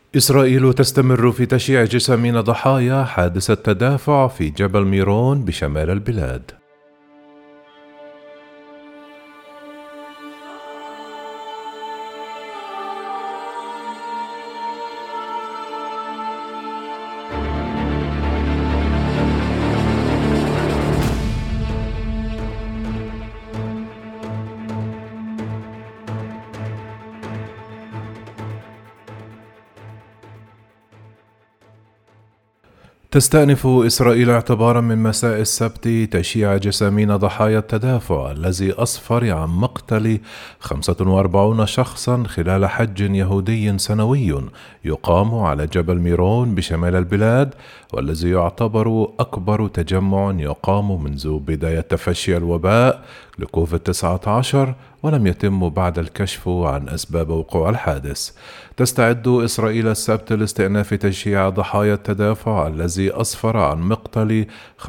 إسرائيل تستمر في تشييع جثامين ضحايا حادث التدافع في جبل ميرون بشمال البلاد. تستأنف إسرائيل اعتبارا من مساء السبت تشييع جثامين ضحايا التدافع الذي أسفر عن مقتل 45 شخصا خلال حج يهودي سنوي يقام على جبل ميرون بشمال البلاد، والذي يعتبر أكبر تجمع يقام منذ بداية تفشي الوباء لكوفيد 19، ولم يتم بعد الكشف عن أسباب وقوع الحادث. تستعد إسرائيل السبت لاستئناف تشييع ضحايا التدافع الذي أسفر عن مقتل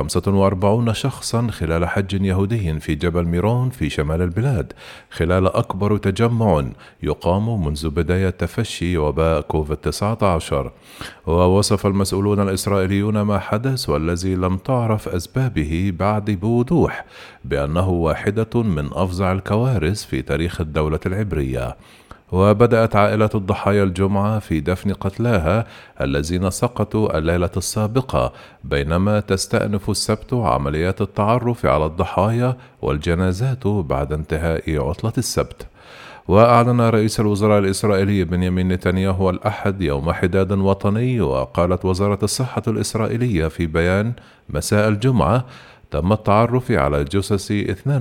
45 شخصا خلال حج يهودي في جبل ميرون في شمال البلاد، خلال أكبر تجمع يقام منذ بداية تفشي وباء كوفيد 19. ووصف المسؤولون الإسرائيليون ما حدث والذي لم تعرف أسبابه بعد بوضوح بأنه واحدة من أفظع الكوارث في تاريخ الدولة العبرية. وبدأت عائلة الضحايا الجمعة في دفن قتلاها الذين سقطوا الليلة السابقة، بينما تستأنف السبت عمليات التعرف على الضحايا والجنازات بعد انتهاء عطلة السبت. وأعلن رئيس الوزراء الإسرائيلي بنيامين نتنياهو الأحد يوم حداد وطني. وقالت وزارة الصحة الإسرائيلية في بيان مساء الجمعة: تم التعرف على جثث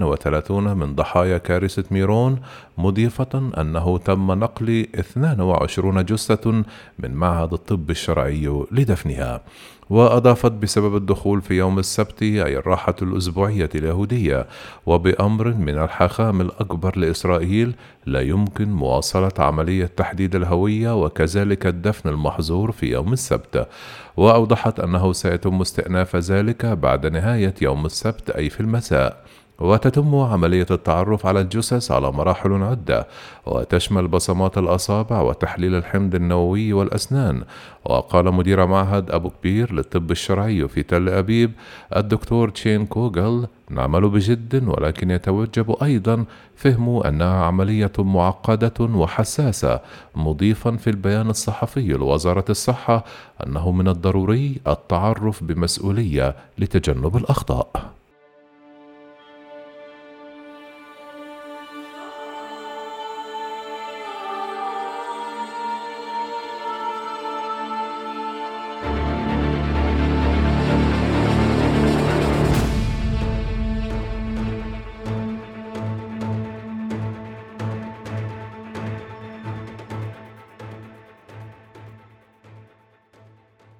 32 من ضحايا كارثة ميرون، مضيفة أنه تم نقل 22 جثة من معهد الطب الشرعي لدفنها. وأضافت: بسبب الدخول في يوم السبت أي الراحة الأسبوعية اليهودية، وبأمر من الحاخام الأكبر لإسرائيل، لا يمكن مواصلة عملية تحديد الهوية وكذلك الدفن المحظور في يوم السبت. وأوضحت أنه سيتم استئناف ذلك بعد نهاية يوم السبت أي في المساء. وتتم عملية التعرف على الجثث على مراحل عدة، وتشمل بصمات الأصابع وتحليل الحمض النووي والأسنان. وقال مدير معهد أبو كبير للطب الشرعي في تل أبيب الدكتور تشين كوغل: نعمل بجد، ولكن يتوجب أيضا فهم أنها عملية معقدة وحساسة، مضيفا في البيان الصحفي لوزارة الصحة أنه من الضروري التعرف بمسؤولية لتجنب الأخطاء.